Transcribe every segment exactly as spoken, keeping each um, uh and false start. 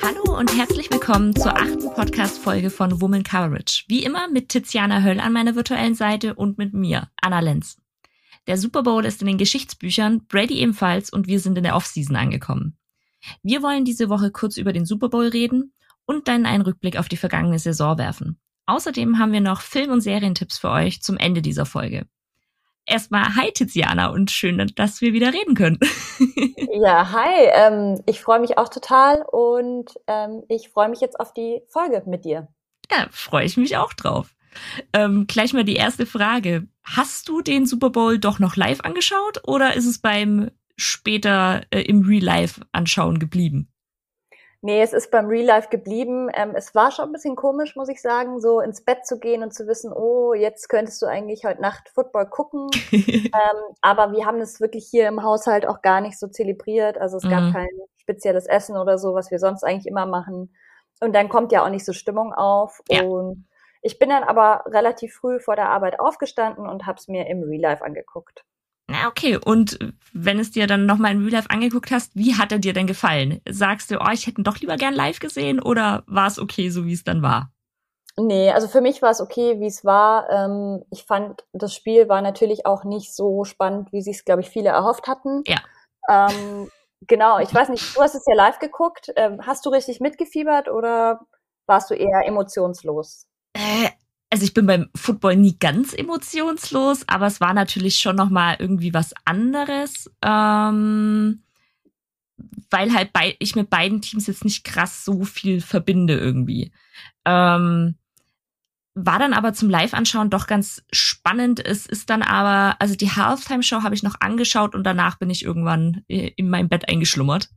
Hallo und herzlich willkommen zur achten Podcast-Folge von Woman Coverage. Wie immer mit Tiziana Höll an meiner virtuellen Seite und mit mir, Anna Lenz. Der Super Bowl ist in den Geschichtsbüchern, Brady ebenfalls und wir sind in der Offseason angekommen. Wir wollen diese Woche kurz über den Super Bowl reden und dann einen Rückblick auf die vergangene Saison werfen. Außerdem haben wir noch Film- und Serientipps für euch zum Ende dieser Folge. Erstmal hi Tiziana und schön, dass wir wieder reden können. Ja, hi. Ähm, ich freue mich auch total und ähm, ich freue mich jetzt auf die Folge mit dir. Ja, freue ich mich auch drauf. Ähm, gleich mal die erste Frage. Hast du den Super Bowl doch noch live angeschaut oder ist es beim später äh, im Real Life anschauen geblieben? Nee, es ist beim Real Life geblieben. Ähm, es war schon ein bisschen komisch, muss ich sagen, so ins Bett zu gehen und zu wissen, oh, jetzt könntest du eigentlich heute Nacht Football gucken. ähm, aber wir haben es wirklich hier im Haushalt auch gar nicht so zelebriert. Also es gab Mhm. kein spezielles Essen oder so, was wir sonst eigentlich immer machen. Und dann kommt ja auch nicht so Stimmung auf. Ja. Und ich bin dann aber relativ früh vor der Arbeit aufgestanden und habe es mir im Real Life angeguckt. Na, okay. Und wenn es dir dann nochmal in Real Life angeguckt hast, wie hat er dir denn gefallen? Sagst du, oh, ich hätte ihn doch lieber gern live gesehen oder war es okay, so wie es dann war? Nee, also für mich war es okay, wie es war. Ähm, ich fand, das Spiel war natürlich auch nicht so spannend, wie sich es, glaube ich, viele erhofft hatten. Ja. Ähm, genau, ich weiß nicht, du hast es ja live geguckt. Ähm, hast du richtig mitgefiebert oder warst du eher emotionslos? Äh, also ich bin beim Football nie ganz emotionslos, aber es war natürlich schon nochmal irgendwie was anderes, ähm, weil halt bei, ich mit beiden Teams jetzt nicht krass so viel verbinde irgendwie. Ähm, war dann aber zum Live-Anschauen doch ganz spannend. Es ist dann aber, also die Halftime-Show habe ich noch angeschaut und danach bin ich irgendwann in meinem Bett eingeschlummert.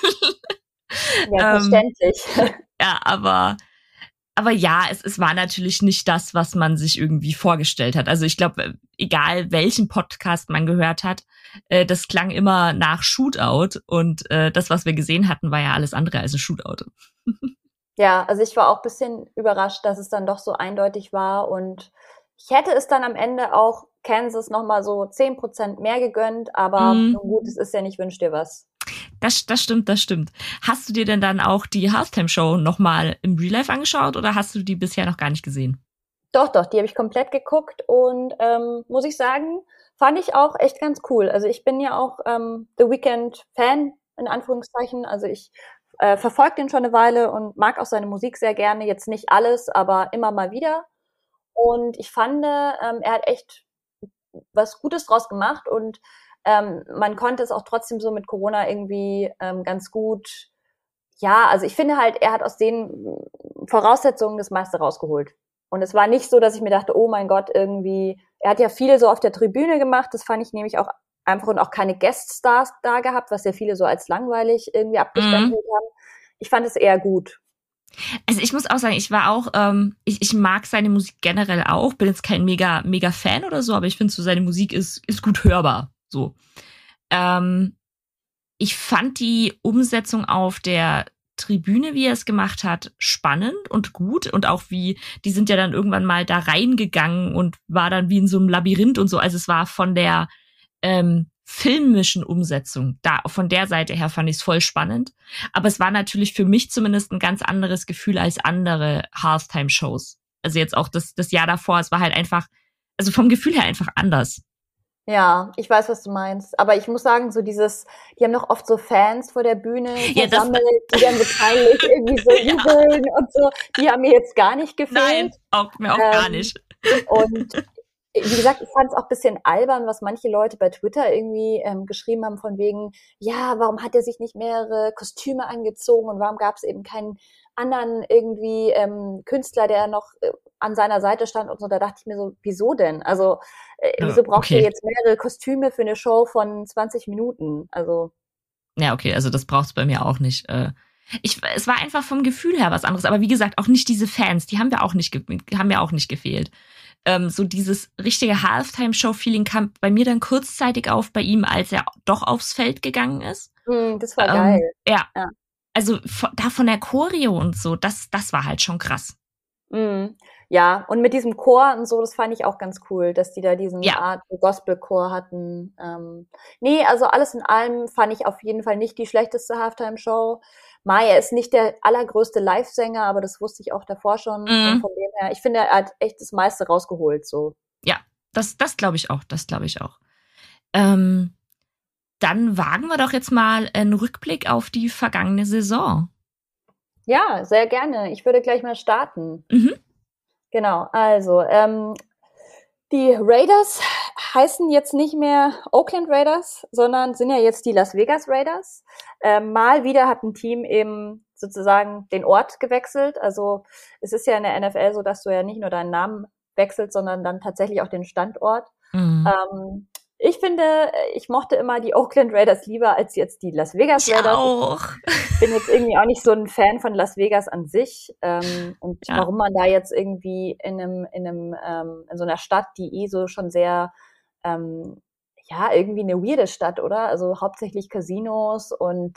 Ja, verständlich. Ähm, ja, aber Aber ja, es, es war natürlich nicht das, was man sich irgendwie vorgestellt hat. Also ich glaube, egal welchen Podcast man gehört hat, äh, das klang immer nach Shootout und äh, das, was wir gesehen hatten, war ja alles andere als ein Shootout. Ja, also ich war auch ein bisschen überrascht, dass es dann doch so eindeutig war und ich hätte es dann am Ende auch Kansas nochmal so zehn Prozent mehr gegönnt, aber Mm. nun gut, es ist ja nicht wünsch dir was. Das, das stimmt, das stimmt. Hast du dir denn dann auch die Halftime-Show nochmal im Real Life angeschaut oder hast du die bisher noch gar nicht gesehen? Doch, doch, die habe ich komplett geguckt und ähm, muss ich sagen, fand ich auch echt ganz cool. Also ich bin ja auch ähm, The Weeknd-Fan, in Anführungszeichen. Also ich äh, verfolge den schon eine Weile und mag auch seine Musik sehr gerne. Jetzt nicht alles, aber immer mal wieder. Und ich fand, ähm, er hat echt was Gutes draus gemacht und ähm, man konnte es auch trotzdem so mit Corona irgendwie ähm, ganz gut, ja, also ich finde halt, er hat aus den Voraussetzungen das meiste rausgeholt. Und es war nicht so, dass ich mir dachte, oh mein Gott, irgendwie, er hat ja viel so auf der Tribüne gemacht, das fand ich nämlich auch einfach und auch keine Gueststars da gehabt, was ja viele so als langweilig irgendwie abgestempelt Mhm. haben. Ich fand es eher gut. Also ich muss auch sagen, ich war auch, ähm, ich, ich mag seine Musik generell auch, bin jetzt kein mega, mega Fan oder so, aber ich finde so, seine Musik ist, ist gut hörbar, so. Ähm, ich fand die Umsetzung auf der Tribüne, wie er es gemacht hat, spannend und gut und auch wie, die sind ja dann irgendwann mal da reingegangen und war dann wie in so einem Labyrinth und so, also es war von der, ähm, filmischen Umsetzung. Da, von der Seite her fand ich es voll spannend. Aber es war natürlich für mich zumindest ein ganz anderes Gefühl als andere Halftime-Shows. Also jetzt auch das, das Jahr davor, es war halt einfach, also vom Gefühl her einfach anders. Ja, ich weiß, was du meinst. Aber ich muss sagen, so dieses, die haben noch oft so Fans vor der Bühne Ja, das- versammelt, die dann so peinlich irgendwie so Ja. jubeln und so. Die haben mir jetzt gar nicht gefehlt. Nein, auch, mir auch Ähm, gar nicht. Und wie gesagt, ich fand es auch ein bisschen albern, was manche Leute bei Twitter irgendwie ähm, geschrieben haben von wegen, ja, warum hat er sich nicht mehrere Kostüme angezogen und warum gab es eben keinen anderen irgendwie ähm, Künstler, der noch äh, an seiner Seite stand und so. Da dachte ich mir so, wieso denn? Also äh, Ja, wieso braucht okay. ihr jetzt mehrere Kostüme für eine Show von zwanzig Minuten? Also Ja, okay, also das braucht's bei mir auch nicht. Äh, Ich, es war einfach vom Gefühl her was anderes. Aber wie gesagt, auch nicht diese Fans, die haben wir auch nicht, ge- haben mir auch nicht gefehlt. Ähm, so dieses richtige Halftime-Show-Feeling kam bei mir dann kurzzeitig auf bei ihm, als er doch aufs Feld gegangen ist. mh, das war Ähm, geil. ja. Ja. Also von, da von der Choreo und so, das, das war halt schon krass. Mhm. Ja, und mit diesem Chor und so, das fand ich auch ganz cool, dass die da diesen Ja. Art Gospelchor hatten. Ähm, nee, also alles in allem fand ich auf jeden Fall nicht die schlechteste Halftime-Show. Maya ist nicht der allergrößte Live-Sänger, aber das wusste ich auch davor schon. Und Mhm. von dem her, ich finde, er hat echt das meiste rausgeholt, so. Ja, das, das glaube ich auch. Das glaube ich auch. Ähm, dann wagen wir doch jetzt mal einen Rückblick auf die vergangene Saison. Ja, sehr gerne. Ich würde gleich mal starten. Mhm. Genau, also ähm, die Raiders heißen jetzt nicht mehr Oakland Raiders, sondern sind ja jetzt die Las Vegas Raiders. Ähm, mal wieder hat ein Team eben sozusagen den Ort gewechselt. Also es ist ja in der N F L so, dass du ja nicht nur deinen Namen wechselst, sondern dann tatsächlich auch den Standort. Mhm. Ähm, ich finde, ich mochte immer die Oakland Raiders lieber als jetzt die Las Vegas Ich Raiders. auch. Ich bin jetzt irgendwie auch nicht so ein Fan von Las Vegas an sich. Ähm, und Ja. warum man da jetzt irgendwie in einem, in einem, ähm, in so einer Stadt, die eh so schon sehr, ähm, ja, irgendwie eine weirde Stadt, oder? Also hauptsächlich Casinos und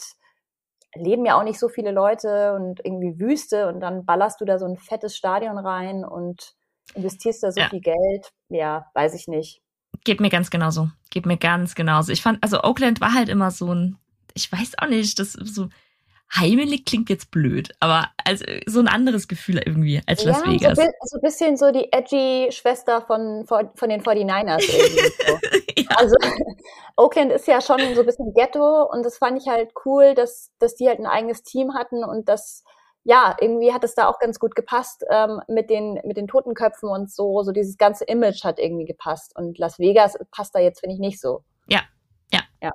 leben ja auch nicht so viele Leute und irgendwie Wüste und dann ballerst du da so ein fettes Stadion rein und investierst da so Ja. viel Geld. Ja, weiß ich nicht. Geht mir ganz genauso. Geht mir ganz genauso. Ich fand, also Oakland war halt immer so ein, ich weiß auch nicht, das so heimelig klingt jetzt blöd, aber also so ein anderes Gefühl irgendwie als Las Ja, Vegas. so, so ein bisschen so die edgy Schwester von, von, von den forty-niners irgendwie. So. Ja. Also Oakland ist ja schon so ein bisschen Ghetto und das fand ich halt cool, dass, dass die halt ein eigenes Team hatten und das, ja, irgendwie hat es da auch ganz gut gepasst ähm, mit den mit den Totenköpfen und so, so dieses ganze Image hat irgendwie gepasst und Las Vegas passt da jetzt, finde ich, nicht so. Ja, ja. Ja.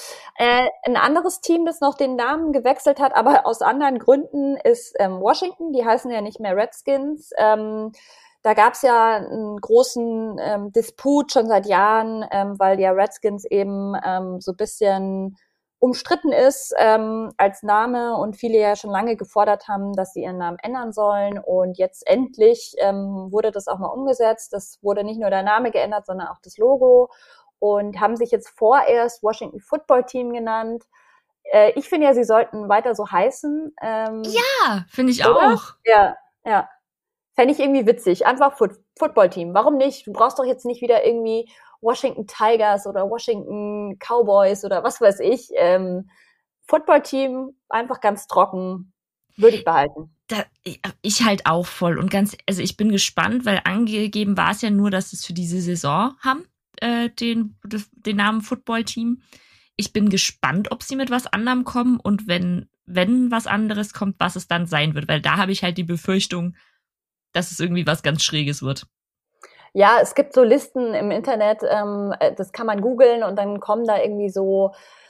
Äh, ein anderes Team, das noch den Namen gewechselt hat, aber aus anderen Gründen, ist ähm, Washington. Die heißen ja nicht mehr Redskins. Ähm, da gab's ja einen großen ähm, Disput schon seit Jahren, ähm, weil ja Redskins eben ähm, so ein bisschen umstritten ist ähm, als Name und viele ja schon lange gefordert haben, dass sie ihren Namen ändern sollen. Und jetzt endlich ähm, wurde das auch mal umgesetzt. Das wurde nicht nur der Name geändert, sondern auch das Logo. Und haben sich jetzt vorerst Washington Football Team genannt. Äh, ich finde ja, sie sollten weiter so heißen. Ähm, Ja, finde ich oder? auch. Ja, ja. Fände ich irgendwie witzig. Einfach Foot Football Team. Warum nicht? Du brauchst doch jetzt nicht wieder irgendwie Washington Tigers oder Washington Cowboys oder was weiß ich. Ähm, Football Team, einfach ganz trocken. Würde ich behalten. Da, ich halt auch voll. Und ganz, also ich bin gespannt, weil angegeben war es ja nur, dass es für diese Saison haben. Den, den Namen Football-Team. Ich bin gespannt, ob sie mit was anderem kommen und wenn, wenn was anderes kommt, was es dann sein wird, weil da habe ich halt die Befürchtung, dass es irgendwie was ganz Schräges wird. Ja, es gibt so Listen im Internet, ähm, das kann man googeln und dann kommen da irgendwie so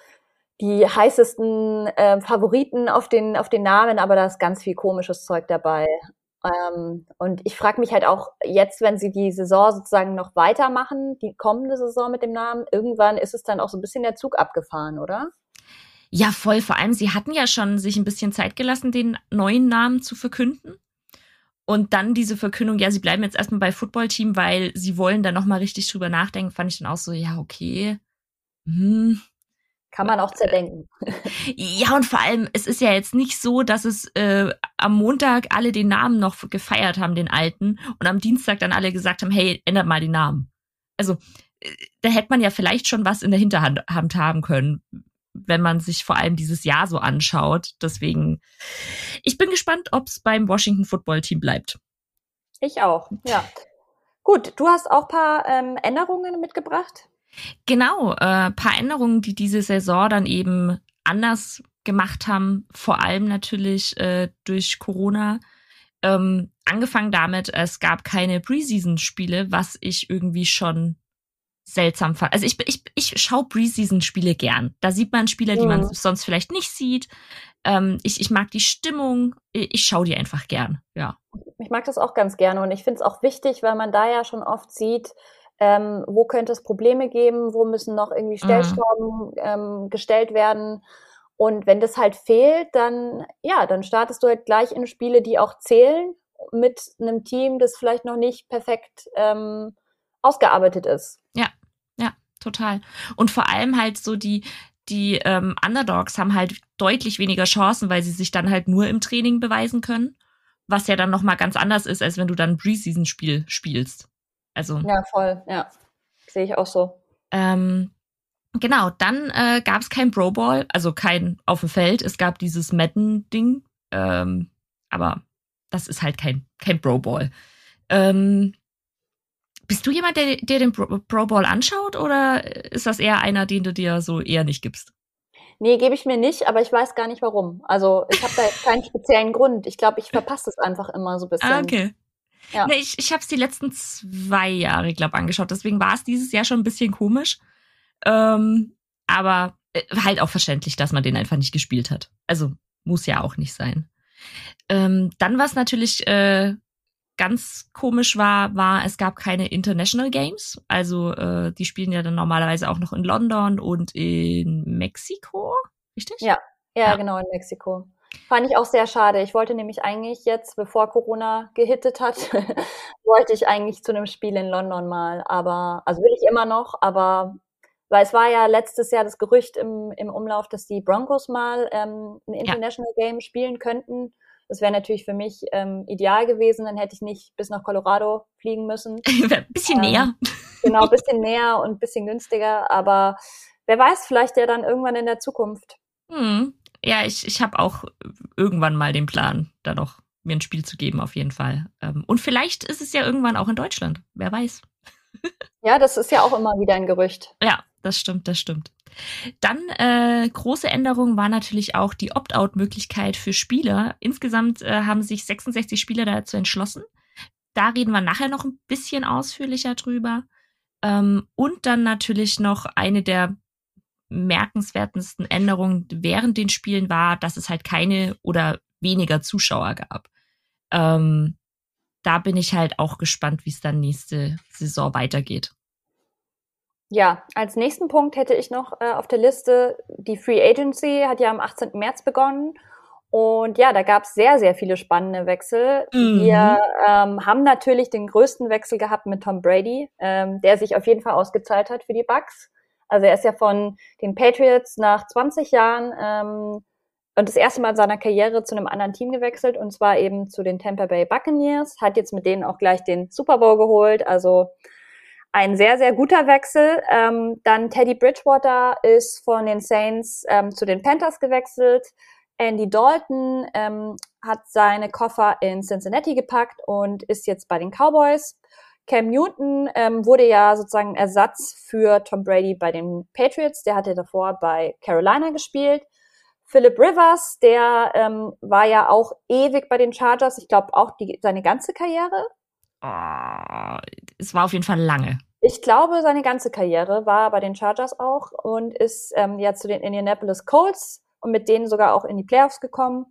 die heißesten äh, Favoriten auf den, auf den Namen, aber da ist ganz viel komisches Zeug dabei. Ähm, und ich frage mich halt auch jetzt, wenn sie die Saison sozusagen noch weitermachen, die kommende Saison mit dem Namen, irgendwann ist es dann auch so ein bisschen der Zug abgefahren, oder? Ja, voll. Vor allem, sie hatten ja schon sich ein bisschen Zeit gelassen, den neuen Namen zu verkünden. Und dann diese Verkündung, ja, sie bleiben jetzt erstmal bei Football-Team, weil sie wollen da nochmal richtig drüber nachdenken, fand ich dann auch so, ja, okay. Hm. Kann man auch zerdenken. Ja, und vor allem, es ist ja jetzt nicht so, dass es äh, am Montag alle den Namen noch gefeiert haben, den alten, und am Dienstag dann alle gesagt haben, hey, ändert mal den Namen. Also, äh, da hätte man ja vielleicht schon was in der Hinterhand haben können, wenn man sich vor allem dieses Jahr so anschaut. Deswegen, ich bin gespannt, ob es beim Washington Football Team bleibt. Ich auch, ja. Gut, du hast auch ein paar ähm, Änderungen mitgebracht. Genau, äh, paar Änderungen, die diese Saison dann eben anders gemacht haben, vor allem natürlich äh, durch Corona. Ähm, angefangen damit, es gab keine Preseason-Spiele, was ich irgendwie schon seltsam fand. Also ich, ich, ich schaue Preseason-Spiele gern. Da sieht man Spieler, die man Mhm. sonst vielleicht nicht sieht. Ähm, ich, ich mag die Stimmung. Ich schaue die einfach gern, ja. Ich mag das auch ganz gerne und ich finde es auch wichtig, weil man da ja schon oft sieht, ähm, wo könnte es Probleme geben, wo müssen noch irgendwie Stellschrauben ähm, gestellt werden. Und wenn das halt fehlt, dann, ja, dann startest du halt gleich in Spiele, die auch zählen, mit einem Team, das vielleicht noch nicht perfekt ähm, ausgearbeitet ist. Ja, ja, total. Und vor allem halt so die, die ähm, Underdogs haben halt deutlich weniger Chancen, weil sie sich dann halt nur im Training beweisen können. was ja dann nochmal ganz anders ist, als wenn du dann ein Preseason-Spiel spielst. Also. Ja, voll, ja. Sehe ich auch so. Ähm, genau, dann äh, gab es kein Pro Bowl, also kein auf dem Feld. Es gab dieses Madden-Ding, ähm, aber das ist halt kein, kein Pro Bowl. Ähm, bist du jemand, der, der den Pro, Pro Bowl anschaut, oder ist das eher einer, den du dir so eher nicht gibst? Nee, gebe ich mir nicht, aber ich weiß gar nicht warum. Also ich habe da jetzt keinen speziellen Grund. Ich glaube, ich verpasse es einfach immer so ein bisschen. Ah, okay. Ja. Nee, ich ich habe es die letzten zwei Jahre, glaube angeschaut. Deswegen war es dieses Jahr schon ein bisschen komisch. Ähm, aber äh, halt auch verständlich, dass man den einfach nicht gespielt hat. Also muss ja auch nicht sein. Ähm, dann, was natürlich äh, ganz komisch war, war, es gab keine International Games. Also äh, die spielen ja dann normalerweise auch noch in London und in Mexiko, richtig? Ja, ja, Ja. genau, in Mexiko. Fand ich auch sehr schade. Ich wollte nämlich eigentlich jetzt, bevor Corona gehittet hat, wollte ich eigentlich zu einem Spiel in London mal. Aber, also will ich immer noch, aber weil es war ja letztes Jahr das Gerücht im, im Umlauf, dass die Broncos mal ähm, ein Ja. International Game spielen könnten. Das wäre natürlich für mich ähm, ideal gewesen. Dann hätte ich nicht bis nach Colorado fliegen müssen. Ein bisschen Ähm, näher. Genau, ein bisschen näher und ein bisschen günstiger. Aber wer weiß, vielleicht ja dann irgendwann in der Zukunft. Hm. Ja, ich, ich habe auch irgendwann mal den Plan, da noch mir ein Spiel zu geben, auf jeden Fall. Ähm, und vielleicht ist es ja irgendwann auch in Deutschland. Wer weiß. Ja, das ist ja auch immer wieder ein Gerücht. Ja, das stimmt, das stimmt. Dann äh, große Änderung war natürlich auch die Opt-out-Möglichkeit für Spieler. Insgesamt äh, haben sich sechsundsechzig Spieler dazu entschlossen. Da reden wir nachher noch ein bisschen ausführlicher drüber. Ähm, und dann natürlich noch eine der merkenswertesten Änderungen während den Spielen war, dass es halt keine oder weniger Zuschauer gab. Ähm, da bin ich halt auch gespannt, wie es dann nächste Saison weitergeht. Ja, als nächsten Punkt hätte ich noch äh, auf der Liste, die Free Agency hat ja am achtzehnten März begonnen. Und ja, da gab es sehr, sehr viele spannende Wechsel. Mhm. Wir ähm, haben natürlich den größten Wechsel gehabt mit Tom Brady, ähm, der sich auf jeden Fall ausgezahlt hat für die Bucks. Also er ist ja von den Patriots nach zwanzig Jahren ähm, und das erste Mal in seiner Karriere zu einem anderen Team gewechselt, und zwar eben zu den Tampa Bay Buccaneers, hat jetzt mit denen auch gleich den Super Bowl geholt, also ein sehr, sehr guter Wechsel. Ähm, dann Teddy Bridgewater ist von den Saints ähm, zu den Panthers gewechselt. Andy Dalton ähm, hat seine Koffer in Cincinnati gepackt und ist jetzt bei den Cowboys. Cam Newton ähm, wurde ja sozusagen Ersatz für Tom Brady bei den Patriots. Der hatte davor bei Carolina gespielt. Philip Rivers, der ähm, war ja auch ewig bei den Chargers. Ich glaube auch die, seine ganze Karriere. Oh, es war auf jeden Fall lange. Ich glaube, seine ganze Karriere war bei den Chargers auch und ist ähm, ja zu den Indianapolis Colts und mit denen sogar auch in die Playoffs gekommen.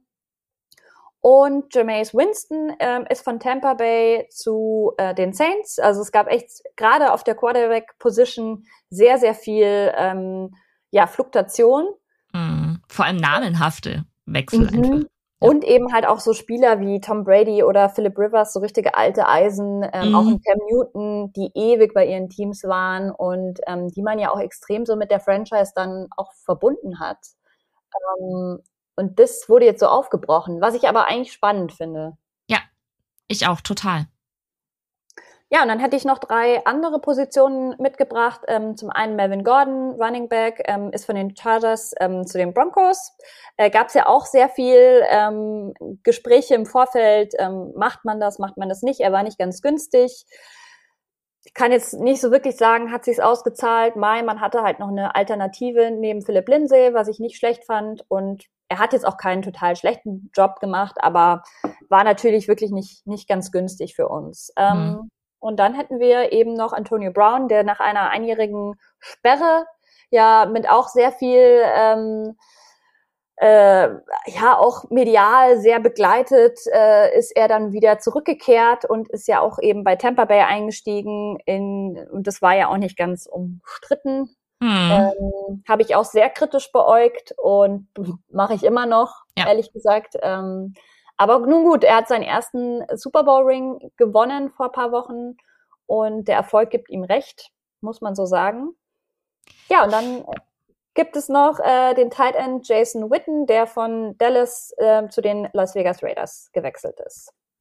Und Jameis Winston ähm, ist von Tampa Bay zu äh, den Saints. Also es gab echt gerade auf der Quarterback-Position sehr, sehr viel ähm, ja, Fluktuation. Mhm. Vor allem namenhafte Wechsel Mhm. einfach. Und eben halt auch so Spieler wie Tom Brady oder Philip Rivers, so richtige alte Eisen, ähm, Mhm. auch in Cam Newton, die ewig bei ihren Teams waren und ähm, die man ja auch extrem so mit der Franchise dann auch verbunden hat. Ähm, und das wurde jetzt so aufgebrochen, was ich aber eigentlich spannend finde. Ja, ich auch, total. Ja, und dann hätte ich noch drei andere Positionen mitgebracht. Ähm, zum einen Melvin Gordon, Running Back, ähm, ist von den Chargers ähm, zu den Broncos. Äh, Gab es ja auch sehr viel ähm, Gespräche im Vorfeld. Ähm, macht man das, macht man das nicht? Er war nicht ganz günstig. Ich kann jetzt nicht so wirklich sagen, hat sich's ausgezahlt. Mai, man hatte halt noch eine Alternative neben Philip Lindsay, was ich nicht schlecht fand. Und er hat jetzt auch keinen total schlechten Job gemacht, aber war natürlich wirklich nicht, nicht ganz günstig für uns. Mhm. Ähm, und dann hätten wir eben noch Antonio Brown, der nach einer einjährigen Sperre ja mit auch sehr viel, ähm, äh, ja auch medial sehr begleitet, äh, ist er dann wieder zurückgekehrt und ist ja auch eben bei Tampa Bay eingestiegen. In, und das war ja auch nicht ganz umstritten. Mhm. Ähm, habe ich auch sehr kritisch beäugt und mache ich immer noch, Ja. ehrlich gesagt. Ähm, aber nun gut, er hat seinen ersten Super Bowl Ring gewonnen vor ein paar Wochen und der Erfolg gibt ihm recht, muss man so sagen. Ja, und dann gibt es noch äh, den Tight End Jason Witten, der von Dallas äh, zu den Las Vegas Raiders gewechselt ist.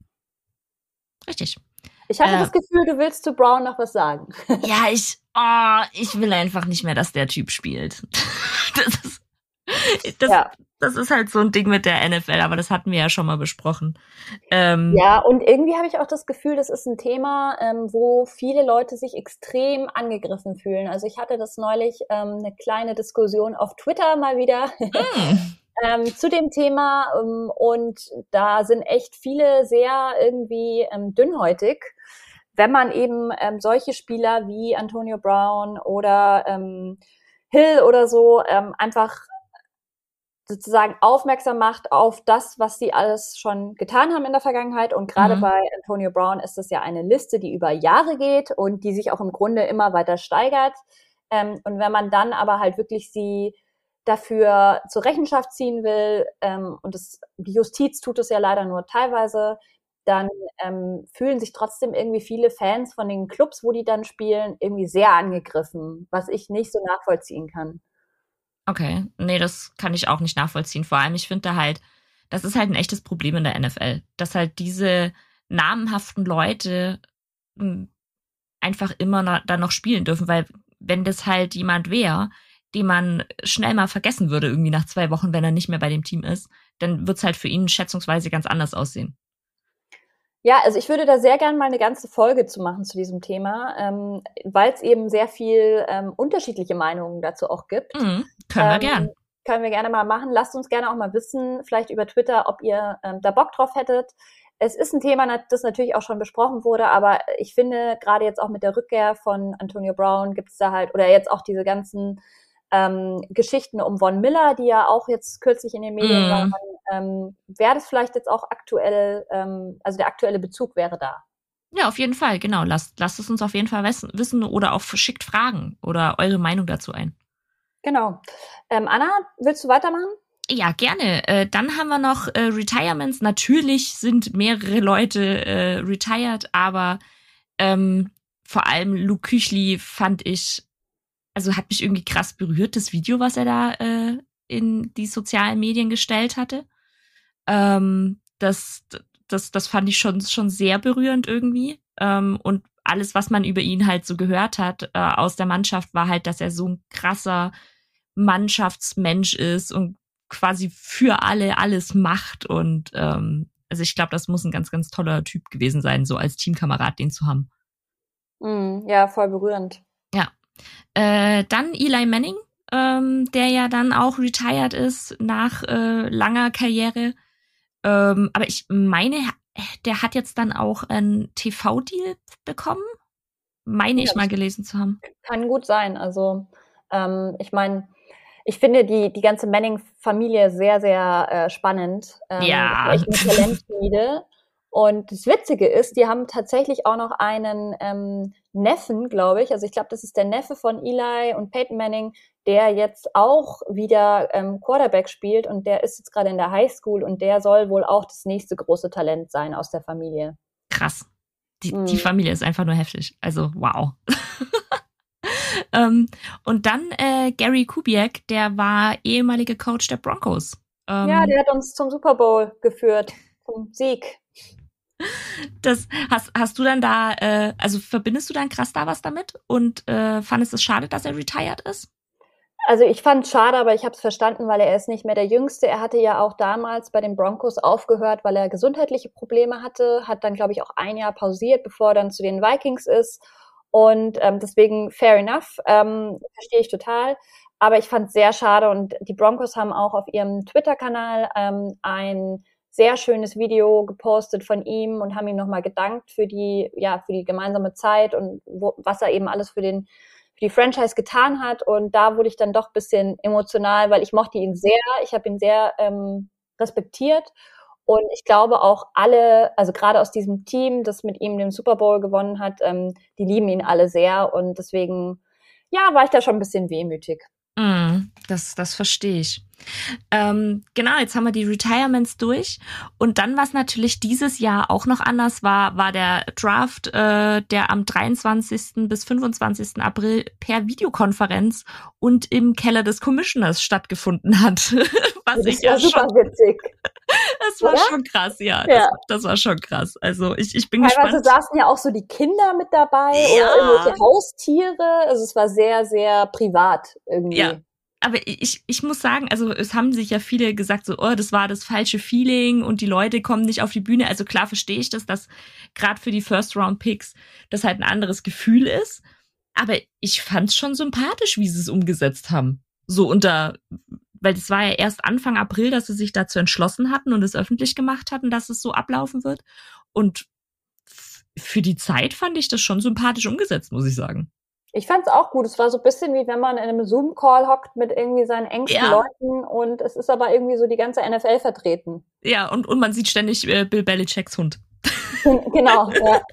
Richtig. Ich hatte Äh, das Gefühl, du willst zu Brown noch was sagen. Ja, ich, oh, ich will einfach nicht mehr, dass der Typ spielt. Das ist, das, Ja. das ist halt so ein Ding mit der N F L, aber das hatten wir ja schon mal besprochen. Ähm, Ja, und irgendwie habe ich auch das Gefühl, das ist ein Thema, ähm, wo viele Leute sich extrem angegriffen fühlen. Also ich hatte das neulich ähm, eine kleine Diskussion auf Twitter mal wieder mm, ähm, zu dem Thema ähm, und da sind echt viele sehr irgendwie ähm, dünnhäutig, wenn man eben ähm, solche Spieler wie Antonio Brown oder ähm, Hill oder so ähm, einfach sozusagen aufmerksam macht auf das, was sie alles schon getan haben in der Vergangenheit. Und gerade mhm. bei Antonio Brown ist das ja eine Liste, die über Jahre geht und die sich auch im Grunde immer weiter steigert. Ähm, und wenn man dann aber halt wirklich sie dafür zur Rechenschaft ziehen will, ähm, und das, die Justiz tut es ja leider nur teilweise, dann ähm, fühlen sich trotzdem irgendwie viele Fans von den Clubs, wo die dann spielen, irgendwie sehr angegriffen, was ich nicht so nachvollziehen kann. Okay, nee, das kann ich auch nicht nachvollziehen. Vor allem, ich finde da halt, das ist halt ein echtes Problem in der N F L, dass halt diese namenhaften Leute m, einfach immer noch, dann noch spielen dürfen, weil wenn das halt jemand wäre, den man schnell mal vergessen würde, irgendwie nach zwei Wochen, wenn er nicht mehr bei dem Team ist, dann wird's halt für ihn schätzungsweise ganz anders aussehen. Ja, also ich würde da sehr gern mal eine ganze Folge zu machen zu diesem Thema, ähm, weil es eben sehr viel ähm, unterschiedliche Meinungen dazu auch gibt. Mhm, können wir Ähm, gern. können wir gerne mal machen. Lasst uns gerne auch mal wissen, vielleicht über Twitter, ob ihr ähm, da Bock drauf hättet. Es ist ein Thema, das natürlich auch schon besprochen wurde, aber ich finde, gerade jetzt auch mit der Rückkehr von Antonio Brown gibt es da halt, oder jetzt auch diese ganzen ähm, Geschichten um Von Miller, die ja auch jetzt kürzlich in den Medien waren, Mhm. ähm, wäre das vielleicht jetzt auch aktuell, ähm, also der aktuelle Bezug wäre da. Ja, auf jeden Fall, genau. Lasst, lasst es uns auf jeden Fall wissen wissen oder auch schickt Fragen oder eure Meinung dazu ein. Genau. Ähm, Anna, willst du weitermachen? Ja, gerne. Äh, dann haben wir noch äh, Retirements. Natürlich sind mehrere Leute äh, retired, aber ähm, vor allem Luke Küchli fand ich, also hat mich irgendwie krass berührt, das Video, was er da äh, in die sozialen Medien gestellt hatte. Ähm, das, das, das fand ich schon, schon sehr berührend irgendwie. Ähm, und alles, was man über ihn halt so gehört hat äh, aus der Mannschaft, war halt, dass er so ein krasser Mannschaftsmensch ist und quasi für alle alles macht. Und ähm, also ich glaube, das muss ein ganz, ganz toller Typ gewesen sein, so als Teamkamerad den zu haben. Mm, ja, voll berührend. Ja. Äh, dann Eli Manning, ähm, der ja dann auch retired ist nach äh, langer Karriere. Ähm, aber ich meine, der hat jetzt dann auch einen T V-Deal bekommen. Meine Ja, ich mal gelesen zu haben. kann gut sein. Also ähm, ich meine, ich finde die, die ganze Manning-Familie sehr, sehr äh, spannend. Ähm, das ist Ja. echt eine Talentschmiede. Und das Witzige ist, die haben tatsächlich auch noch einen ähm, Neffen, glaube ich. Also ich glaube, das ist der Neffe von Eli und Peyton Manning, der jetzt auch wieder ähm, Quarterback spielt und der ist jetzt gerade in der Highschool und der soll wohl auch das nächste große Talent sein aus der Familie. Krass. Die, die Mhm. Familie ist einfach nur heftig. Also, wow. ähm, und dann äh, Gary Kubiak, der war ehemaliger Coach der Broncos. Ja, Ähm, der hat uns zum Super Bowl geführt, zum Sieg. das hast, hast du dann da, äh, also verbindest du dann krass da was damit und äh, fandest es schade, dass er retired ist? Also ich fand es schade, aber ich habe es verstanden, weil er ist nicht mehr der Jüngste. Er hatte ja auch damals bei den Broncos aufgehört, weil er gesundheitliche Probleme hatte, hat dann, glaube ich, auch ein Jahr pausiert, bevor er dann zu den Vikings ist. Und ähm, deswegen fair enough, ähm, verstehe ich total. Aber ich fand es sehr schade und die Broncos haben auch auf ihrem Twitter-Kanal ähm, ein sehr schönes Video gepostet von ihm und haben ihm nochmal gedankt für die, ja, für die gemeinsame Zeit und wo, was er eben alles für den für die Franchise getan hat. Und da wurde ich dann doch ein bisschen emotional, weil ich mochte ihn sehr. Ich habe ihn sehr ähm, respektiert. Und ich glaube auch alle, also gerade aus diesem Team, das mit ihm den Super Bowl gewonnen hat, ähm, die lieben ihn alle sehr. Und deswegen, ja, war ich da schon ein bisschen wehmütig. Mm, das, das verstehe ich. Ähm, genau, jetzt haben wir die Retirements durch. Und dann, was natürlich dieses Jahr auch noch anders war, war der Draft, äh, der am dreiundzwanzigsten bis fünfundzwanzigsten April per Videokonferenz und im Keller des Commissioners stattgefunden hat. Was Das ich war ja super schon, witzig, das war oder? schon krass, ja. Das, Ja. das war schon krass. Also ich, ich bin Teilweise gespannt. saßen ja auch so die Kinder mit dabei Ja. oder irgendwelche Haustiere. Also es war sehr, sehr privat irgendwie. Ja. Aber ich, ich muss sagen, also es haben sich ja viele gesagt, so, oh, das war das falsche Feeling und die Leute kommen nicht auf die Bühne. Also klar verstehe ich das, dass gerade für die First-Round-Picks das halt ein anderes Gefühl ist. Aber ich fand's schon sympathisch, wie sie es umgesetzt haben. So unter, weil das war ja erst Anfang April, dass sie sich dazu entschlossen hatten und es öffentlich gemacht hatten, dass es so ablaufen wird. Und f- für die Zeit fand ich das schon sympathisch umgesetzt, muss ich sagen. Ich fand's auch gut. Es war so ein bisschen wie wenn man in einem Zoom-Call hockt mit irgendwie seinen engsten Ja. Leuten und es ist aber irgendwie so die ganze N F L vertreten. Ja, und, und man sieht ständig äh, Bill Belichicks Hund. Genau, ja.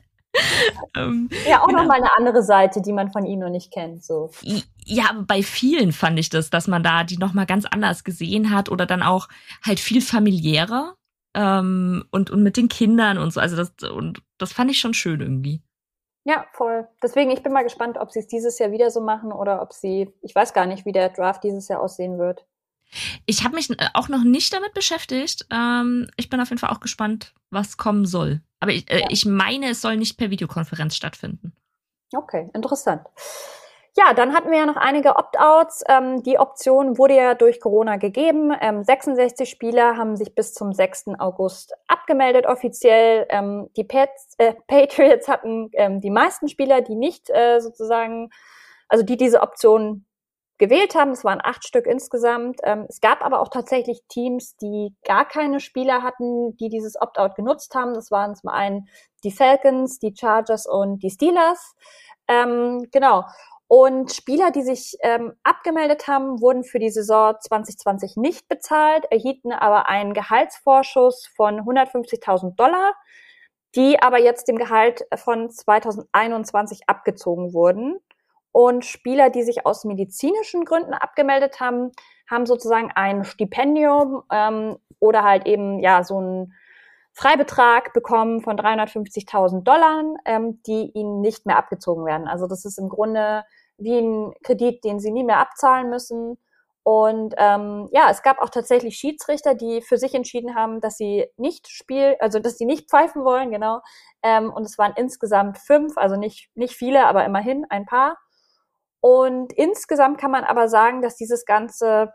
Ähm, Ja, auch genau. nochmal eine andere Seite, die man von ihm noch nicht kennt, so. Ja, aber bei vielen fand ich das, dass man da die nochmal ganz anders gesehen hat oder dann auch halt viel familiärer ähm, und, und mit den Kindern und so. Also das, und das fand ich schon schön irgendwie. Ja, voll. Deswegen, ich bin mal gespannt, ob sie es dieses Jahr wieder so machen oder ob sie, ich weiß gar nicht, wie der Draft dieses Jahr aussehen wird. Ich habe mich auch noch nicht damit beschäftigt. Ähm, ich bin auf jeden Fall auch gespannt, was kommen soll. Aber ich, äh, Ja. ich meine, es soll nicht per Videokonferenz stattfinden. Okay, interessant. Ja, dann hatten wir ja noch einige Opt-outs. Ähm, die Option wurde ja durch Corona gegeben. Ähm, sechsundsechzig Spieler haben sich bis zum sechsten August abgemeldet offiziell. Ähm, die Pats, äh, Patriots hatten ähm, die meisten Spieler, die nicht äh, sozusagen, also die diese Option gewählt haben. Es waren acht Stück insgesamt. Ähm, es gab aber auch tatsächlich Teams, die gar keine Spieler hatten, die dieses Opt-out genutzt haben. Das waren zum einen die Falcons, die Chargers und die Steelers. Ähm, genau. Und Spieler, die sich ähm, abgemeldet haben, wurden für die Saison zwanzig zwanzig nicht bezahlt, erhielten aber einen Gehaltsvorschuss von hundertfünfzigtausend Dollar, die aber jetzt dem Gehalt von zweitausendeinundzwanzig abgezogen wurden. Und Spieler, die sich aus medizinischen Gründen abgemeldet haben, haben sozusagen ein Stipendium ähm, oder halt eben ja so ein Freibetrag bekommen von dreihundertfünfzigtausend Dollar, ähm, die ihnen nicht mehr abgezogen werden. Also das ist im Grunde wie ein Kredit, den sie nie mehr abzahlen müssen. Und ähm, ja, es gab auch tatsächlich Schiedsrichter, die für sich entschieden haben, dass sie nicht spielen, also dass sie nicht pfeifen wollen, genau. Ähm, und es waren insgesamt fünf, also nicht nicht viele, aber immerhin ein paar. Und insgesamt kann man aber sagen, dass dieses ganze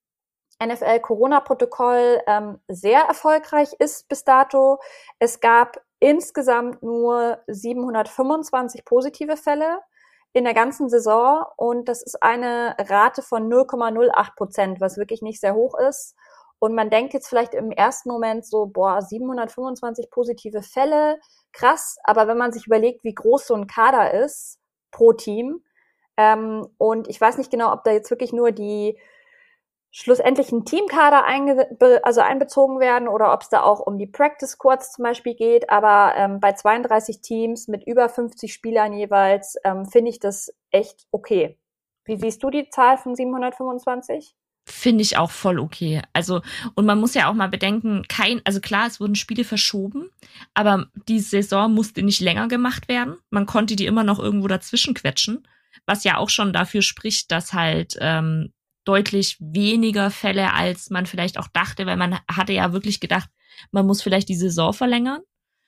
N F L-Corona-Protokoll ähm, sehr erfolgreich ist bis dato. Es gab insgesamt nur siebenhundertfünfundzwanzig positive Fälle in der ganzen Saison und das ist eine Rate von null Komma null acht Prozent, was wirklich nicht sehr hoch ist. Und man denkt jetzt vielleicht im ersten Moment so, boah, siebenhundertfünfundzwanzig positive Fälle, krass. Aber wenn man sich überlegt, wie groß so ein Kader ist pro Team, ähm, und ich weiß nicht genau, ob da jetzt wirklich nur die schlussendlich ein Teamkader einge- also einbezogen werden oder ob es da auch um die Practice Squads zum Beispiel geht. Aber ähm, bei zweiunddreißig Teams mit über fünfzig Spielern jeweils ähm, finde ich das echt okay. Wie siehst du die Zahl von siebenhundertfünfundzwanzig? Finde ich auch voll okay. Also, und man muss ja auch mal bedenken, kein, also klar, es wurden Spiele verschoben, aber die Saison musste nicht länger gemacht werden. Man konnte die immer noch irgendwo dazwischen quetschen, was ja auch schon dafür spricht, dass halt ähm, deutlich weniger Fälle, als man vielleicht auch dachte, weil man hatte ja wirklich gedacht, man muss vielleicht die Saison verlängern.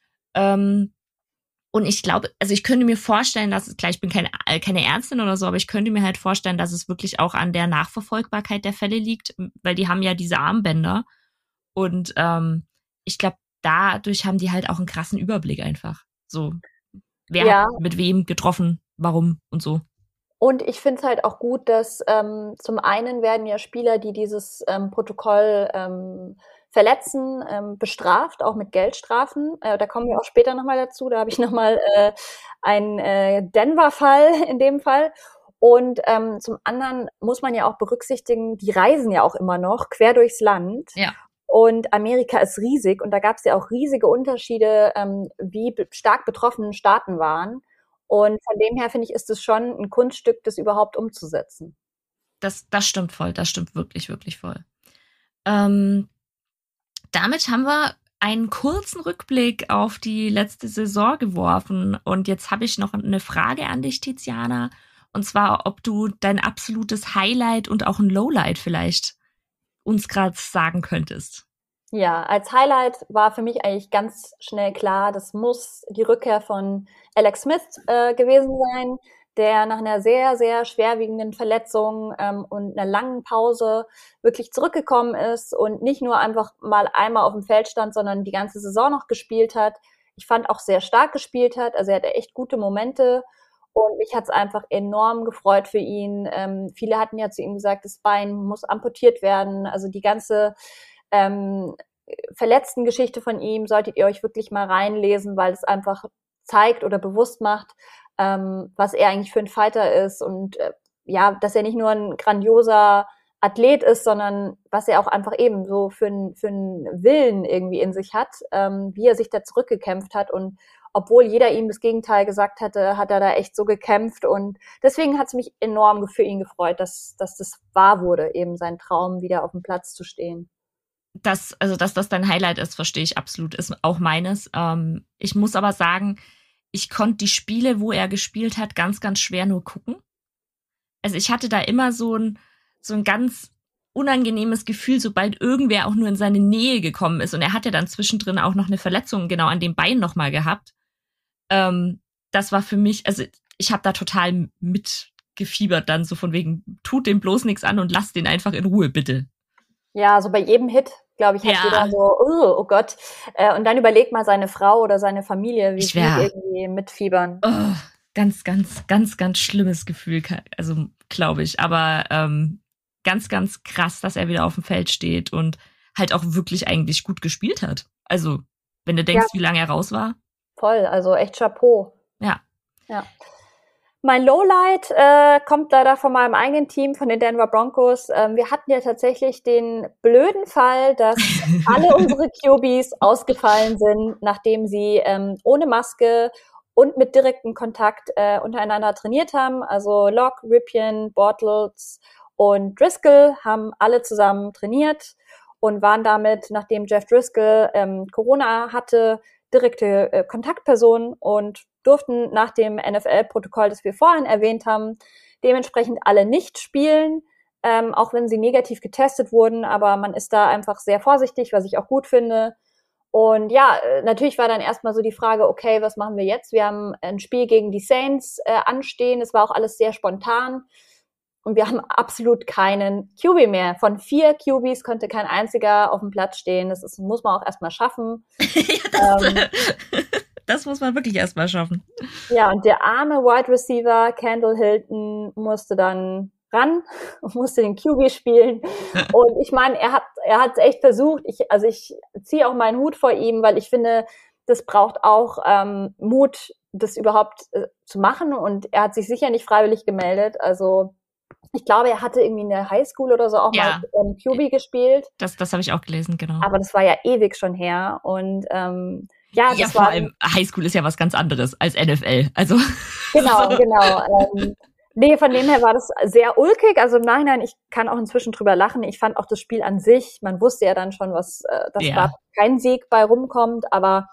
Ähm, und ich glaube, also ich könnte mir vorstellen, dass es, klar, ich bin keine, keine Ärztin oder so, aber ich könnte mir halt vorstellen, dass es wirklich auch an der Nachverfolgbarkeit der Fälle liegt, weil die haben ja diese Armbänder. Und ähm, ich glaube, dadurch haben die halt auch einen krassen Überblick einfach. So, wer Ja. hat mit wem getroffen, warum und so. Und ich finde es halt auch gut, dass ähm, zum einen werden ja Spieler, die dieses ähm, Protokoll ähm, verletzen, ähm, bestraft, auch mit Geldstrafen. Äh, da kommen wir auch später nochmal dazu. Da habe ich nochmal äh, einen äh, Denver-Fall in dem Fall. Und ähm, zum anderen muss man ja auch berücksichtigen, die reisen ja auch immer noch quer durchs Land. Ja. Und Amerika ist riesig und da gab es ja auch riesige Unterschiede, ähm, wie be- stark betroffene Staaten waren. Und von dem her finde ich, ist es schon ein Kunststück, das überhaupt umzusetzen. Das, das stimmt voll, das stimmt wirklich, wirklich voll. Ähm, damit haben wir einen kurzen Rückblick auf die letzte Saison geworfen. Und jetzt habe ich noch eine Frage an dich, Tiziana. Und zwar, ob du dein absolutes Highlight und auch ein Lowlight vielleicht uns gerade sagen könntest. Ja, als Highlight war für mich eigentlich ganz schnell klar, das muss die Rückkehr von Alex Smith äh, gewesen sein, der nach einer sehr, sehr schwerwiegenden Verletzung ähm, und einer langen Pause wirklich zurückgekommen ist und nicht nur einfach mal einmal auf dem Feld stand, sondern die ganze Saison noch gespielt hat. Ich fand auch sehr stark gespielt hat, also er hatte echt gute Momente und mich hat es einfach enorm gefreut für ihn. Ähm, viele hatten ja zu ihm gesagt, das Bein muss amputiert werden, also die ganze ähm, verletzten Geschichte von ihm solltet ihr euch wirklich mal reinlesen, weil es einfach zeigt oder bewusst macht, ähm, was er eigentlich für ein Fighter ist und äh, ja, dass er nicht nur ein grandioser Athlet ist, sondern was er auch einfach eben so für einen für einen Willen irgendwie in sich hat, ähm, wie er sich da zurückgekämpft hat und obwohl jeder ihm das Gegenteil gesagt hatte, hat er da echt so gekämpft und deswegen hat es mich enorm für ihn gefreut, dass, dass das wahr wurde, eben sein Traum, wieder auf dem Platz zu stehen. Das, also, dass das dein Highlight ist, verstehe ich absolut, ist auch meines. Ähm, ich muss aber sagen, ich konnte die Spiele, wo er gespielt hat, ganz, ganz schwer nur gucken. Also ich hatte da immer so ein, so ein ganz unangenehmes Gefühl, sobald irgendwer auch nur in seine Nähe gekommen ist. Und er hat ja dann zwischendrin auch noch eine Verletzung genau an dem Bein nochmal gehabt. Ähm, das war für mich, also ich habe da total mitgefiebert dann, so von wegen, tut dem bloß nichts an und lasst den einfach in Ruhe, bitte. Ja, so bei jedem Hit, glaube ich, hat Ja. jeder so, oh, oh Gott. Äh, und dann überlegt mal seine Frau oder seine Familie, wie Ich sie wär- irgendwie mitfiebern. Oh, ganz, ganz, ganz, ganz schlimmes Gefühl, also glaube ich. Aber ähm, ganz, ganz krass, dass er wieder auf dem Feld steht und halt auch wirklich eigentlich gut gespielt hat. Also, wenn du denkst, wie lange er raus war. Voll, also echt Chapeau. Ja. Ja. Mein Lowlight äh, kommt leider von meinem eigenen Team, von den Denver Broncos. Ähm, wir hatten ja tatsächlich den blöden Fall, dass alle unsere Q Bs ausgefallen sind, nachdem sie ähm, ohne Maske und mit direktem Kontakt äh, untereinander trainiert haben. Also Locke, Ripien, Bortles und Driscoll haben alle zusammen trainiert und waren damit, nachdem Jeff Driscoll ähm, Corona hatte, direkte äh, Kontaktpersonen und durften nach dem N F L-Protokoll, das wir vorhin erwähnt haben, dementsprechend alle nicht spielen, ähm, auch wenn sie negativ getestet wurden. Aber man ist da einfach sehr vorsichtig, was ich auch gut finde. Und ja, natürlich war dann erstmal so die Frage, okay, was machen wir jetzt? Wir haben ein Spiel gegen die Saints äh, anstehen. Es war auch alles sehr spontan. Und wir haben absolut keinen Q B mehr. Von vier Q Bs konnte kein einziger auf dem Platz stehen. Das ist, muss man auch erstmal schaffen. ja, das, ähm, das muss man wirklich erstmal schaffen. Ja, und der arme Wide Receiver Kendall Hilton musste dann ran und musste den Q B spielen. Und ich meine, er hat er hat es echt versucht. Ich, also ich ziehe auch meinen Hut vor ihm, weil ich finde, das braucht auch ähm, Mut, das überhaupt äh, zu machen. Und er hat sich sicher nicht freiwillig gemeldet. Also ich glaube, er hatte irgendwie in der Highschool oder so auch ja. mal ähm, Q B gespielt. Das, das habe ich auch gelesen, genau. Aber das war ja ewig schon her. Und ähm, ja, das ja, vor war, allem Highschool ist ja was ganz anderes als N F L. Also genau, genau. Ähm, nee, von dem her war das sehr ulkig. Also im Nachhinein, ich kann auch inzwischen drüber lachen. Ich fand auch das Spiel an sich, man wusste ja dann schon, was, äh, dass ja. da kein Sieg bei rumkommt. Aber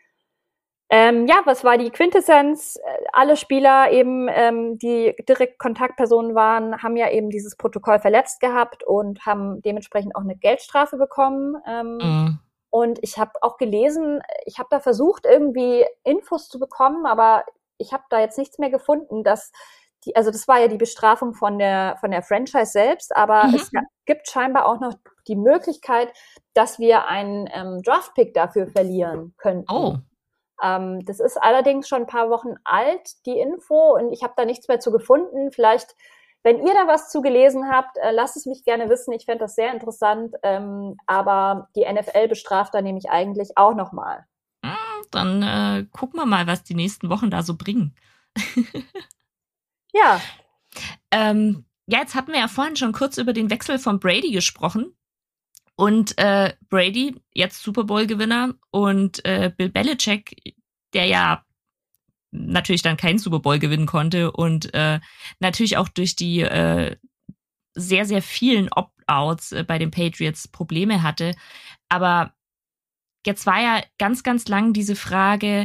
Ähm, ja, was war die Quintessenz? Alle Spieler eben, ähm, die direkt Kontaktpersonen waren, haben ja eben dieses Protokoll verletzt gehabt und haben dementsprechend auch eine Geldstrafe bekommen. Ähm, mm. Und ich habe auch gelesen, ich habe da versucht, irgendwie Infos zu bekommen, aber ich habe da jetzt nichts mehr gefunden, dass die, also das war ja die Bestrafung von der von der Franchise selbst, aber mhm. es gibt scheinbar auch noch die Möglichkeit, dass wir einen ähm, Draftpick dafür verlieren könnten. Oh. Ähm, das ist allerdings schon ein paar Wochen alt, die Info, und ich habe da nichts mehr zu gefunden. Vielleicht, wenn ihr da was zu gelesen habt, äh, lasst es mich gerne wissen. Ich fände das sehr interessant. Ähm, aber die N F L bestraft da nämlich eigentlich auch nochmal. Dann äh, gucken wir mal, was die nächsten Wochen da so bringen. ja. Ähm, ja, jetzt hatten wir ja vorhin schon kurz über den Wechsel von Brady gesprochen. Und äh, Brady, jetzt Super Bowl-Gewinner, und äh, Bill Belichick, der ja natürlich dann keinen Super Bowl gewinnen konnte und äh, natürlich auch durch die äh, sehr, sehr vielen Opt-outs äh, bei den Patriots Probleme hatte. Aber jetzt war ja ganz, ganz lang diese Frage,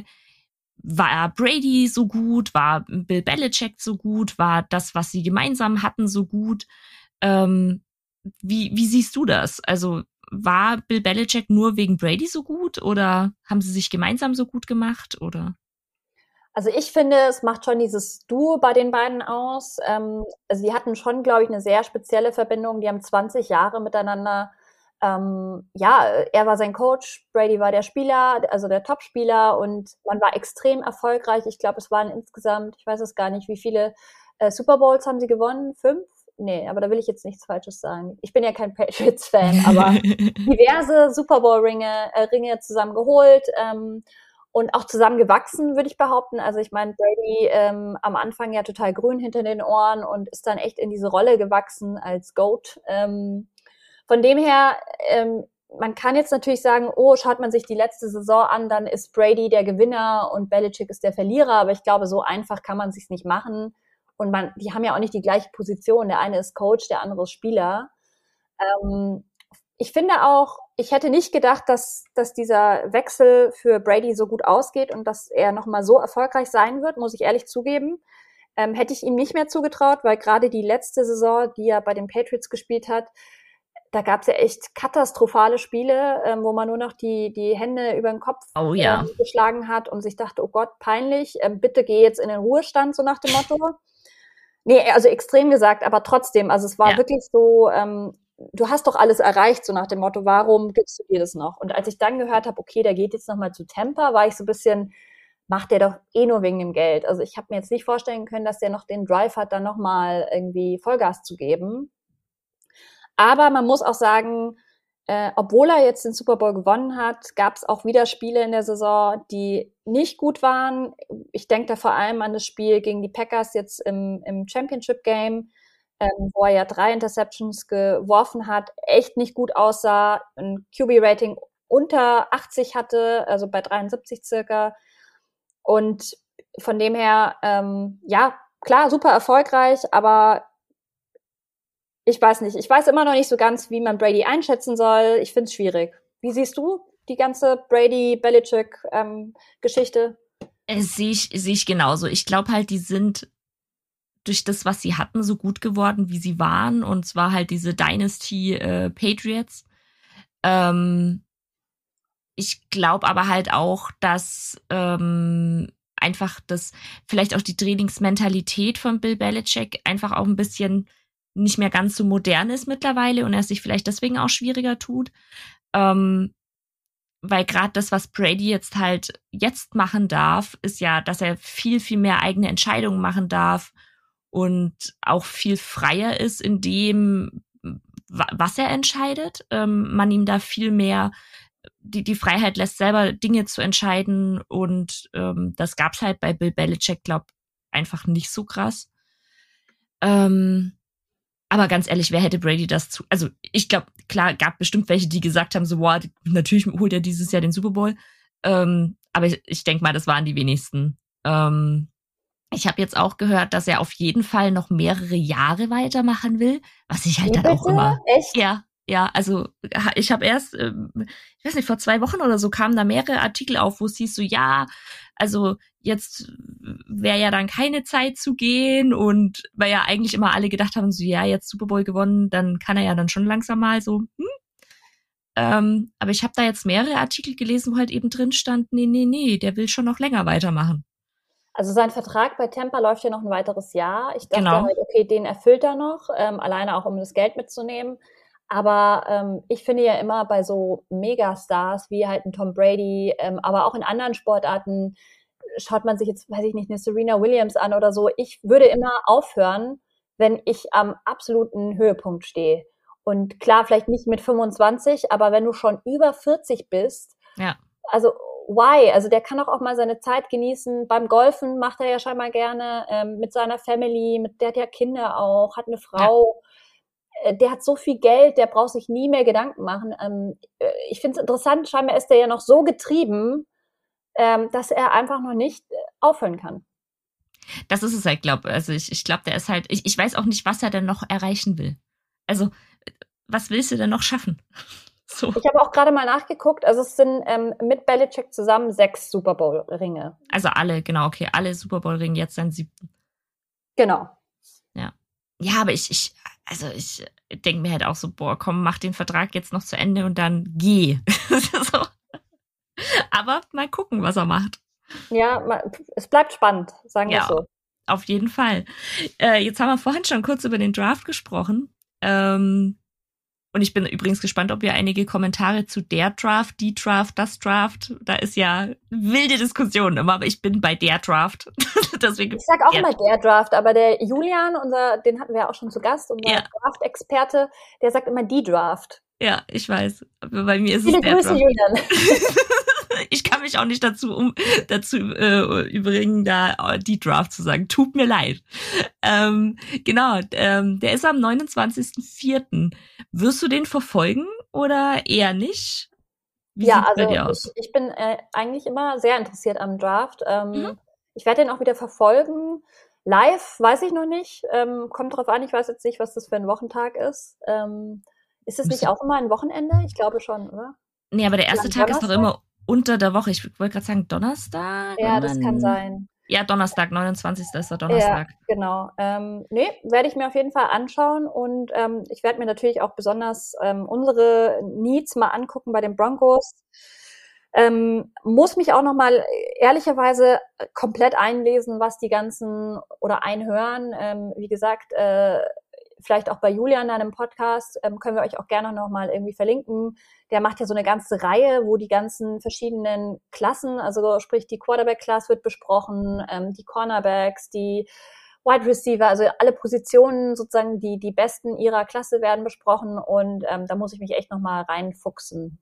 war Brady so gut? War Bill Belichick so gut? War das, was sie gemeinsam hatten, so gut? Ähm, wie, wie siehst du das? Also war Bill Belichick nur wegen Brady so gut oder haben sie sich gemeinsam so gut gemacht? Oder? Also ich finde, es macht schon dieses Duo bei den beiden aus. Ähm, also die hatten schon, glaube ich, eine sehr spezielle Verbindung. Die haben zwanzig Jahre miteinander. Ähm, ja, er war sein Coach, Brady war der Spieler, also der Topspieler und man war extrem erfolgreich. Ich glaube, es waren insgesamt, ich weiß es gar nicht, wie viele äh, Super Bowls haben sie gewonnen? Fünf? Nee, aber da will ich jetzt nichts Falsches sagen. Ich bin ja kein Patriots-Fan, aber diverse Super Bowl-Ringe äh, Ringe zusammen geholt. Ähm, und auch zusammen gewachsen, würde ich behaupten. Also ich meine, Brady ähm, am Anfang ja total grün hinter den Ohren und ist dann echt in diese Rolle gewachsen als GOAT. Ähm, von dem her, ähm, man kann jetzt natürlich sagen, oh, schaut man sich die letzte Saison an, dann ist Brady der Gewinner und Belichick ist der Verlierer. Aber ich glaube, so einfach kann man sich's nicht machen. Und man, die haben ja auch nicht die gleiche Position. Der eine ist Coach, der andere ist Spieler. Ähm, ich finde auch, ich hätte nicht gedacht, dass, dass dieser Wechsel für Brady so gut ausgeht und dass er nochmal so erfolgreich sein wird, muss ich ehrlich zugeben. Ähm, hätte ich ihm nicht mehr zugetraut, weil gerade die letzte Saison, die er bei den Patriots gespielt hat, da gab es ja echt katastrophale Spiele, ähm, wo man nur noch die, die Hände über den Kopf Oh ja. ähm, geschlagen hat und sich dachte, oh Gott, peinlich, ähm, bitte geh jetzt in den Ruhestand, so nach dem Motto. Nee, also extrem gesagt, aber trotzdem, also es war Ja. wirklich so, ähm, du hast doch alles erreicht, so nach dem Motto, warum gibst du dir das noch? Und als ich dann gehört habe, okay, der geht jetzt nochmal zu Tampa, war ich so ein bisschen, macht der doch eh nur wegen dem Geld. Also ich habe mir jetzt nicht vorstellen können, dass der noch den Drive hat, dann nochmal irgendwie Vollgas zu geben. Aber man muss auch sagen, äh, obwohl er jetzt den Super Bowl gewonnen hat, gab es auch wieder Spiele in der Saison, die nicht gut waren. Ich denke da vor allem an das Spiel gegen die Packers jetzt im, im Championship Game, ähm, wo er ja drei Interceptions geworfen hat, echt nicht gut aussah, ein Q B-Rating unter achtzig hatte, also bei dreiundsiebzig circa. Und von dem her, ähm, ja, klar, super erfolgreich, aber ich weiß nicht. Ich weiß immer noch nicht so ganz, wie man Brady einschätzen soll. Ich finde es schwierig. Wie siehst du die ganze Brady-Belichick-Geschichte? Ähm, sehe ich, sehe ich genauso. Ich glaube halt, die sind durch das, was sie hatten, so gut geworden, wie sie waren. Und zwar halt diese Dynasty äh, Patriots. Ähm, ich glaube aber halt auch, dass ähm, einfach das, vielleicht auch die Trainingsmentalität von Bill Belichick einfach auch ein bisschen nicht mehr ganz so modern ist mittlerweile und er sich vielleicht deswegen auch schwieriger tut. Ähm, weil gerade das, was Brady jetzt halt jetzt machen darf, ist ja, dass er viel, viel mehr eigene Entscheidungen machen darf und auch viel freier ist in dem, was er entscheidet. Ähm, man ihm da viel mehr die, die Freiheit lässt, selber Dinge zu entscheiden und ähm, das gab's halt bei Bill Belichick, glaub, einfach nicht so krass. Ähm, Aber ganz ehrlich, wer hätte Brady das zu... Also ich glaube, klar, gab bestimmt welche, die gesagt haben, so, wow, natürlich holt er dieses Jahr den Super Bowl. Ähm, aber ich, ich denke mal, das waren die wenigsten. Ähm, ich habe jetzt auch gehört, dass er auf jeden Fall noch mehrere Jahre weitermachen will, was ich halt Wie dann auch bitte? immer... Echt? Ja, ja, also ich habe erst, ähm, ich weiß nicht, vor zwei Wochen oder so kamen da mehrere Artikel auf, wo es hieß so, ja, also jetzt wäre ja dann keine Zeit zu gehen und weil ja eigentlich immer alle gedacht haben, so ja, jetzt Super Bowl gewonnen, dann kann er ja dann schon langsam mal so, hm? Ähm, aber ich habe da jetzt mehrere Artikel gelesen, wo halt eben drin stand, nee, nee, nee, der will schon noch länger weitermachen. Also sein Vertrag bei Tampa läuft ja noch ein weiteres Jahr. Ich dachte Genau. halt, okay, den erfüllt er noch, ähm, alleine auch um das Geld mitzunehmen. Aber ähm, ich finde ja immer bei so Megastars wie halt ein Tom Brady, ähm, aber auch in anderen Sportarten, schaut man sich jetzt, weiß ich nicht, eine Serena Williams an oder so. Ich würde immer aufhören, wenn ich am absoluten Höhepunkt stehe. Und klar, vielleicht nicht mit fünfundzwanzig, aber wenn du schon über vierzig bist, Ja. also why? Also der kann doch auch mal seine Zeit genießen. Beim Golfen macht er ja scheinbar gerne ähm, mit seiner Family, mit der hat ja Kinder auch, hat eine Frau. Ja. Der hat so viel Geld, der braucht sich nie mehr Gedanken machen. Ähm, ich finde es interessant, scheinbar ist der ja noch so getrieben, ähm, dass er einfach noch nicht aufhören kann. Das ist es halt, glaube ich. Also ich, ich glaube, der ist halt, ich, ich weiß auch nicht, was er denn noch erreichen will. Also, was willst du denn noch schaffen? So. Ich habe auch gerade mal nachgeguckt, also es sind ähm, mit Belichick zusammen sechs Super Bowl-Ringe. Also alle, genau, okay, alle Super Bowl-Ringe, jetzt sein siebten. Genau. Ja. Ja, aber ich, ich, also ich denke mir halt auch so, boah, komm, mach den Vertrag jetzt noch zu Ende und dann geh. So. Aber mal gucken, was er macht. Ja, es bleibt spannend, sagen wir Ja, so. auf jeden Fall. Äh, jetzt haben wir vorhin schon kurz über den Draft gesprochen. Ähm, und ich bin übrigens gespannt, ob ihr einige Kommentare zu der Draft, die Draft, das Draft, da ist ja wilde Diskussionen immer, aber ich bin bei der Draft. Deswegen ich sag auch immer der Draft, aber der Julian, unser, den hatten wir ja auch schon zu Gast, unser ja. Draft-Experte, der sagt immer die Draft. Ja, ich weiß. Aber bei mir ist Viele es der Grüße, Draft. Julian. Ich kann mich auch nicht dazu um dazu äh, übrigen, da die Draft zu sagen. Tut mir leid. Ähm, genau, ähm, der ist am neunundzwanzigsten vierten Wirst du den verfolgen oder eher nicht? Wie ja, sieht's also bei dir aus? ich, ich bin äh, eigentlich immer sehr interessiert am Draft. Ähm, Mhm. Ich werde den auch wieder verfolgen. Live weiß ich noch nicht. Ähm, kommt drauf an, ich weiß jetzt nicht, was das für ein Wochentag ist. Ähm, ist es nicht auch immer ein Wochenende? Ich glaube schon, oder? Nee, aber der erste Oder Tag ist doch immer unter der Woche. Ich wollte gerade sagen Donnerstag. Ja, das kann sein. Ja, Donnerstag, neunundzwanzigsten ist der Ja, Donnerstag. genau. Ähm, nee, werde ich mir auf jeden Fall anschauen und ähm, ich werde mir natürlich auch besonders ähm, unsere Needs mal angucken bei den Broncos. Ähm, muss mich auch noch mal ehrlicherweise komplett einlesen, was die ganzen oder einhören. Ähm, wie gesagt, äh, vielleicht auch bei Julian in einem Podcast, ähm, können wir euch auch gerne noch mal irgendwie verlinken. Der macht ja so eine ganze Reihe, wo die ganzen verschiedenen Klassen, also sprich die Quarterback-Class wird besprochen, ähm, die Cornerbacks, die Wide Receiver, also alle Positionen sozusagen, die die Besten ihrer Klasse werden besprochen und ähm, da muss ich mich echt noch mal reinfuchsen.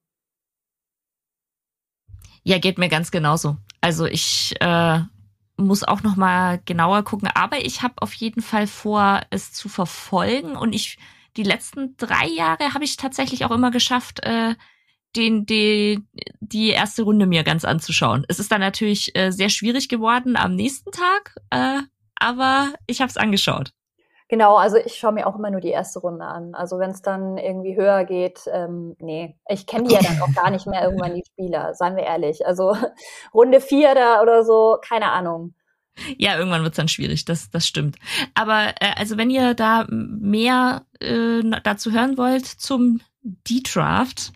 Ja, geht mir ganz genauso. Also ich äh, muss auch noch mal genauer gucken, aber ich habe auf jeden Fall vor, es zu verfolgen und ich die letzten drei Jahre habe ich tatsächlich auch immer geschafft, äh, den die die erste Runde mir ganz anzuschauen. Es ist dann natürlich äh, sehr schwierig geworden am nächsten Tag, äh, aber ich habe es angeschaut. Genau, also ich schaue mir auch immer nur die erste Runde an. Also wenn es dann irgendwie höher geht, ähm, nee, ich kenne die ja dann auch gar nicht mehr irgendwann die Spieler, seien wir ehrlich. Also Runde vier da oder so, keine Ahnung. Ja, irgendwann wird's dann schwierig, das, das stimmt. Aber äh, also wenn ihr da mehr äh, dazu hören wollt zum D-Draft,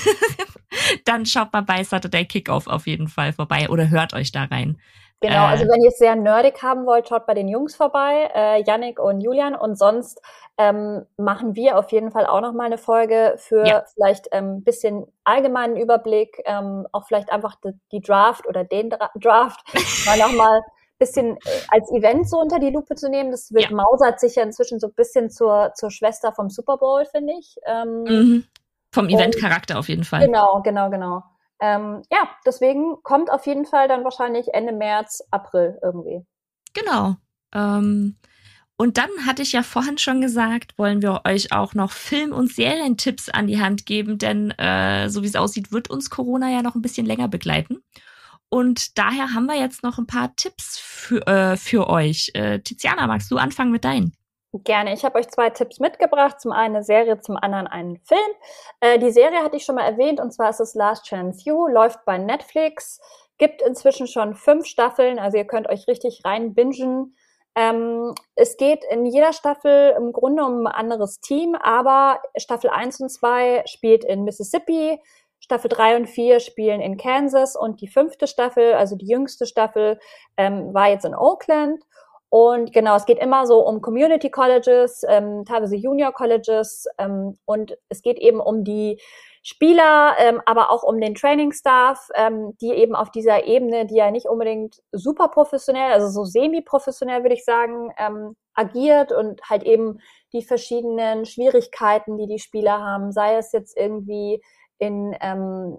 dann schaut mal bei Saturday Kickoff auf jeden Fall vorbei oder hört euch da rein. Genau, äh, also wenn ihr es sehr nerdig haben wollt, schaut bei den Jungs vorbei, äh, Yannick und Julian. Und sonst ähm, machen wir auf jeden Fall auch noch mal eine Folge für ja. vielleicht ein ähm, bisschen allgemeinen Überblick, ähm, auch vielleicht einfach die, die Draft oder den Dra- Draft mal noch mal bisschen als Event so unter die Lupe zu nehmen. Das wird, ja. mausert sich ja inzwischen so ein bisschen zur, zur Schwester vom Super Bowl, finde ich. Ähm, mhm. Vom Eventcharakter auf jeden Fall. Genau, genau, genau. Ähm, ja, deswegen kommt auf jeden Fall dann wahrscheinlich Ende März, April irgendwie. Genau. Ähm, und dann hatte ich ja vorhin schon gesagt, wollen wir euch auch noch Film- und Serientipps an die Hand geben, denn äh, so wie es aussieht, wird uns Corona ja noch ein bisschen länger begleiten. Und daher haben wir jetzt noch ein paar Tipps für, äh, für euch. Äh, Tiziana, magst du anfangen mit deinen? Gerne. Ich habe euch zwei Tipps mitgebracht. Zum einen eine Serie, zum anderen einen Film. Äh, die Serie hatte ich schon mal erwähnt, und zwar ist es Last Chance U, läuft bei Netflix, gibt inzwischen schon fünf Staffeln, also ihr könnt euch richtig rein bingen. Ähm, es geht in jeder Staffel im Grunde um ein anderes Team, aber Staffel eins und zwei spielt in Mississippi, Staffel drei und vier spielen in Kansas und die fünfte Staffel, also die jüngste Staffel, ähm, war jetzt in Oakland. Und genau, es geht immer so um Community Colleges, ähm, teilweise Junior Colleges, ähm, und es geht eben um die Spieler, ähm, aber auch um den Training Staff, ähm, die eben auf dieser Ebene, die ja nicht unbedingt super professionell, also so semi-professionell würde ich sagen, ähm, agiert und halt eben die verschiedenen Schwierigkeiten, die die Spieler haben, sei es jetzt irgendwie in ähm,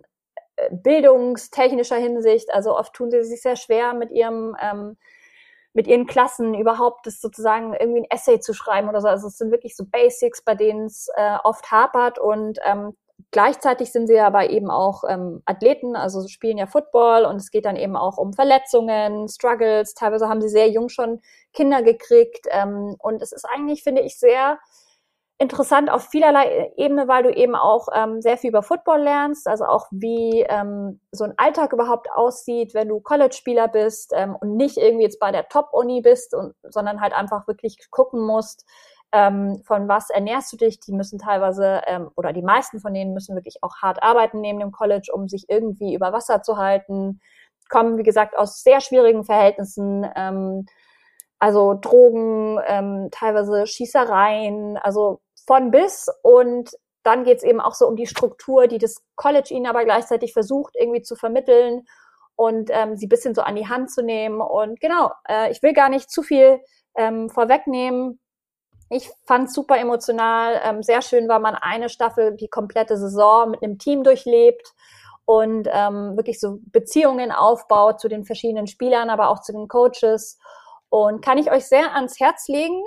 bildungstechnischer Hinsicht, also oft tun sie sich sehr schwer mit ihrem ähm, mit ihren Klassen überhaupt das sozusagen irgendwie ein Essay zu schreiben oder so. Also es sind wirklich so Basics, bei denen es äh, oft hapert und ähm, gleichzeitig sind sie ja aber eben auch ähm, Athleten, also sie spielen ja Football und es geht dann eben auch um Verletzungen, Struggles. Teilweise haben sie sehr jung schon Kinder gekriegt ähm, und es ist eigentlich, finde ich, sehr interessant auf vielerlei Ebene, weil du eben auch ähm, sehr viel über Football lernst, also auch wie ähm, so ein Alltag überhaupt aussieht, wenn du College-Spieler bist ähm, und nicht irgendwie jetzt bei der Top-Uni bist, und, sondern halt einfach wirklich gucken musst, ähm, von was ernährst du dich. Die müssen teilweise, ähm, oder die meisten von denen müssen wirklich auch hart arbeiten neben dem College, um sich irgendwie über Wasser zu halten, kommen, wie gesagt, aus sehr schwierigen Verhältnissen, ähm, also Drogen, ähm, teilweise Schießereien, also von bis. Und dann geht's eben auch so um die Struktur, die das College ihnen aber gleichzeitig versucht, irgendwie zu vermitteln und ähm, sie ein bisschen so an die Hand zu nehmen. Und genau, äh, ich will gar nicht zu viel ähm, vorwegnehmen. Ich fand's super emotional. Ähm, sehr schön war man eine Staffel, die komplette Saison mit einem Team durchlebt und ähm, wirklich so Beziehungen aufbaut zu den verschiedenen Spielern, aber auch zu den Coaches. Und kann ich euch sehr ans Herz legen.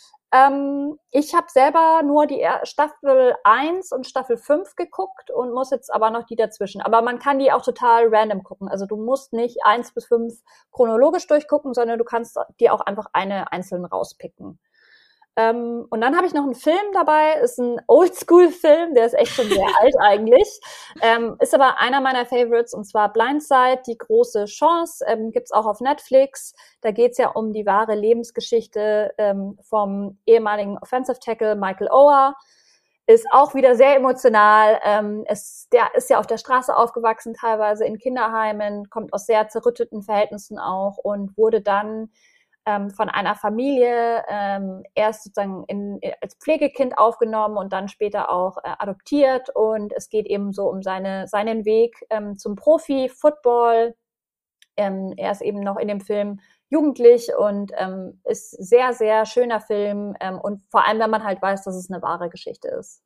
Ähm, ich habe selber nur die Staffel eins und Staffel fünf geguckt und muss jetzt aber noch die dazwischen. Aber man kann die auch total random gucken. Also du musst nicht eins bis fünf chronologisch durchgucken, sondern du kannst dir auch einfach eine einzeln rauspicken. Ähm, und dann habe ich noch einen Film dabei, ist ein Oldschool-Film, der ist echt schon sehr alt eigentlich, ähm, ist aber einer meiner Favorites, und zwar Blindside, die große Chance, ähm, gibt's auch auf Netflix. Da geht's ja um die wahre Lebensgeschichte ähm, vom ehemaligen Offensive Tackle Michael Oher. Ist auch wieder sehr emotional. Ähm, es, der ist ja auf der Straße aufgewachsen, teilweise in Kinderheimen, kommt aus sehr zerrütteten Verhältnissen auch und wurde dann ähm, von einer Familie ähm, erst sozusagen in, als Pflegekind aufgenommen und dann später auch äh, adoptiert. Und es geht eben so um seine, seinen Weg ähm, zum Profi-Football. Ähm, er ist eben noch in dem Film jugendlich und ähm, ist sehr, sehr schöner Film. Ähm, und vor allem, wenn man halt weiß, dass es eine wahre Geschichte ist.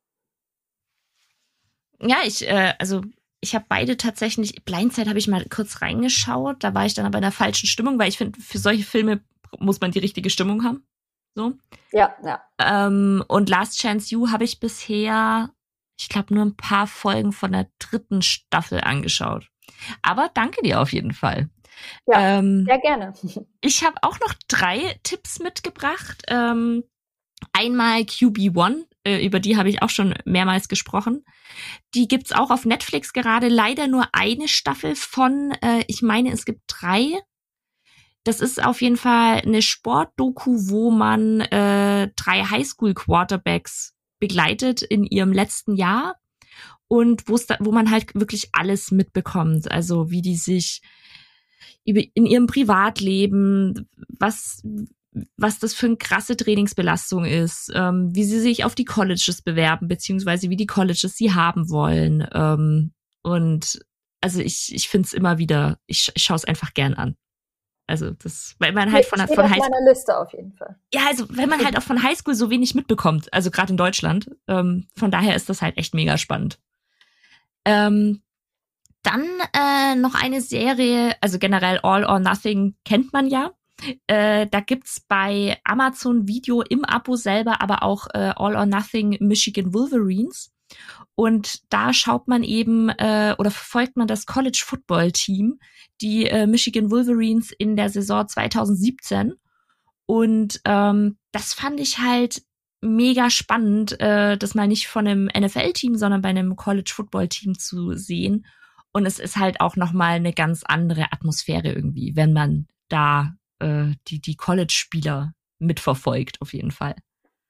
Ja, ich, äh, also ich habe beide tatsächlich, Blindside habe ich mal kurz reingeschaut, da war ich dann aber in der falschen Stimmung, weil ich finde, für solche Filme muss man die richtige Stimmung haben. So. Ja, ja. Ähm, und Last Chance You habe ich bisher, ich glaube, nur ein paar Folgen von der dritten Staffel angeschaut. Aber danke dir auf jeden Fall. Ja, ähm, sehr gerne. Ich habe auch noch drei Tipps mitgebracht. Ähm, einmal Q B One, äh, über die habe ich auch schon mehrmals gesprochen. Die gibt's auch auf Netflix gerade, leider nur eine Staffel von, äh, ich meine, es gibt drei. Das ist auf jeden Fall eine Sportdoku, wo man äh, drei Highschool-Quarterbacks begleitet in ihrem letzten Jahr und wo's da, wo man halt wirklich alles mitbekommt. Also wie die sich in ihrem Privatleben, was was das für eine krasse Trainingsbelastung ist, ähm, wie sie sich auf die Colleges bewerben, beziehungsweise wie die Colleges sie haben wollen. Ähm, und also ich ich finde es immer wieder, ich, ich schaue es einfach gern an. Also das, weil man halt von, Steht von auf Highschool, meiner Liste auf jeden Fall. ja, also wenn man halt auch von Highschool so wenig mitbekommt, also gerade in Deutschland, ähm, von daher ist das halt echt mega spannend. Ähm, dann äh, noch eine Serie, also generell All or Nothing kennt man ja. Äh, da gibt's bei Amazon Video im Abo selber aber auch äh, All or Nothing Michigan Wolverines. Und da schaut man eben äh, oder verfolgt man das College Football Team, die äh, Michigan Wolverines in der Saison zwanzig siebzehn. Und ähm, das fand ich halt mega spannend, äh, das mal nicht von einem N F L-Team, sondern bei einem College Football Team zu sehen. Und es ist halt auch nochmal eine ganz andere Atmosphäre irgendwie, wenn man da äh, die, die College-Spieler mitverfolgt, auf jeden Fall.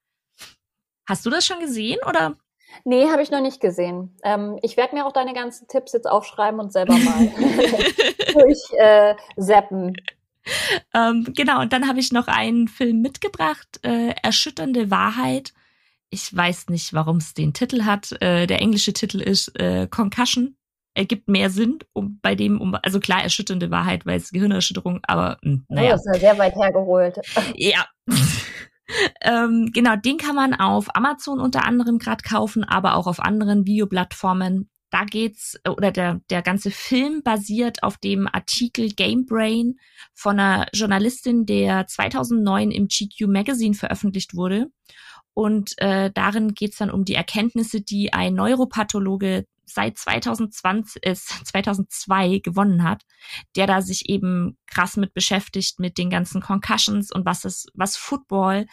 Hast du das schon gesehen, oder? Nee, habe ich noch nicht gesehen. Ähm, ich werde mir auch deine ganzen Tipps jetzt aufschreiben und selber mal durch äh, zappen. Ähm, genau, und dann habe ich noch einen Film mitgebracht, äh, Erschütternde Wahrheit. Ich weiß nicht, warum es den Titel hat. Äh, der englische Titel ist äh, Concussion. Ergibt mehr Sinn, um bei dem, um, also klar, erschütternde Wahrheit, weil es Gehirnerschütterung, aber mh, naja. Oh, das ist ja sehr weit hergeholt. Ja. ähm, genau, den kann man auf Amazon unter anderem gerade kaufen, aber auch auf anderen Videoplattformen. Da geht's, oder der, der ganze Film basiert auf dem Artikel Game Brain von einer Journalistin, der zweitausendneun im G Q Magazine veröffentlicht wurde. Und äh, darin geht's dann um die Erkenntnisse, die ein Neuropathologe seit zweitausendzwanzig, äh, zweitausendzwei gewonnen hat, der da sich eben krass mit beschäftigt, mit den ganzen Concussions und was das, was Football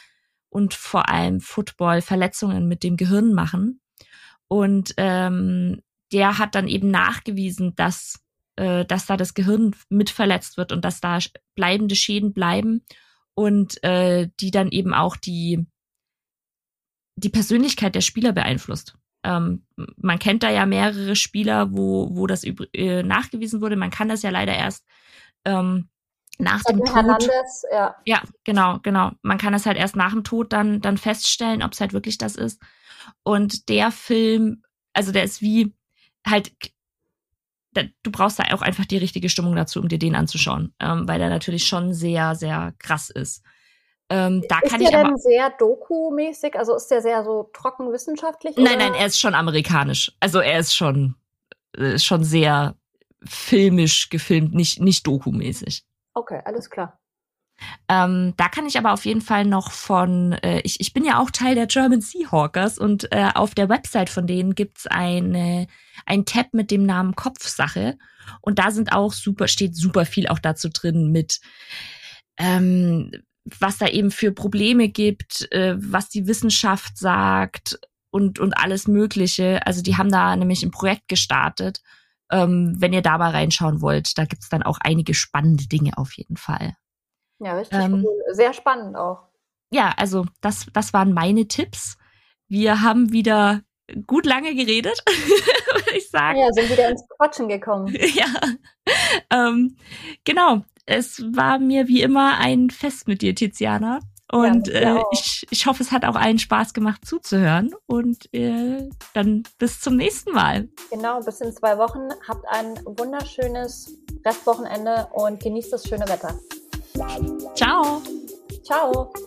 und vor allem Football Verletzungen mit dem Gehirn machen. Und ähm, der hat dann eben nachgewiesen, dass, äh, dass da das Gehirn mit verletzt wird und dass da bleibende Schäden bleiben und äh, die dann eben auch die, die Persönlichkeit der Spieler beeinflusst. Ähm, man kennt da ja mehrere Spieler, wo, wo das üb- äh, nachgewiesen wurde. Man kann das ja leider erst ähm, nach dem Tod. Hernandez, ja. Ja, genau, genau. Man kann es halt erst nach dem Tod dann, dann feststellen, ob es halt wirklich das ist. Und der Film, also der ist wie halt, da, du brauchst da auch einfach die richtige Stimmung dazu, um dir den anzuschauen, ähm, weil der natürlich schon sehr, sehr krass ist. Ähm, da ist kann der ich aber, denn sehr Doku-mäßig? Also ist der sehr so trocken wissenschaftlich? Nein, oder? nein, er ist schon amerikanisch. Also er ist schon, äh, schon sehr filmisch gefilmt, nicht, nicht Doku-mäßig. Okay, alles klar. Ähm, da kann ich aber auf jeden Fall noch von, äh, ich, ich bin ja auch Teil der German Seahawkers und äh, auf der Website von denen gibt's eine, ein Tab mit dem Namen Kopfsache und da sind auch super, steht super viel auch dazu drin mit, ähm, was da eben für Probleme gibt, äh, was die Wissenschaft sagt und, und alles Mögliche. Also die haben da nämlich ein Projekt gestartet. Ähm, wenn ihr da mal reinschauen wollt, da gibt's dann auch einige spannende Dinge auf jeden Fall. Ja, richtig Ähm, cool. Sehr spannend auch. Ja, also das, das waren meine Tipps. Wir haben wieder gut lange geredet, würde ich sagen. Ja, sind wieder ins Quatschen gekommen. Ja, ähm, genau. Es war mir wie immer ein Fest mit dir, Tiziana. Und ja, äh, ich, ich hoffe, es hat auch allen Spaß gemacht zuzuhören. Und äh, dann bis zum nächsten Mal. Genau, bis in zwei Wochen. Habt ein wunderschönes Restwochenende und genießt das schöne Wetter. Ciao. Ciao.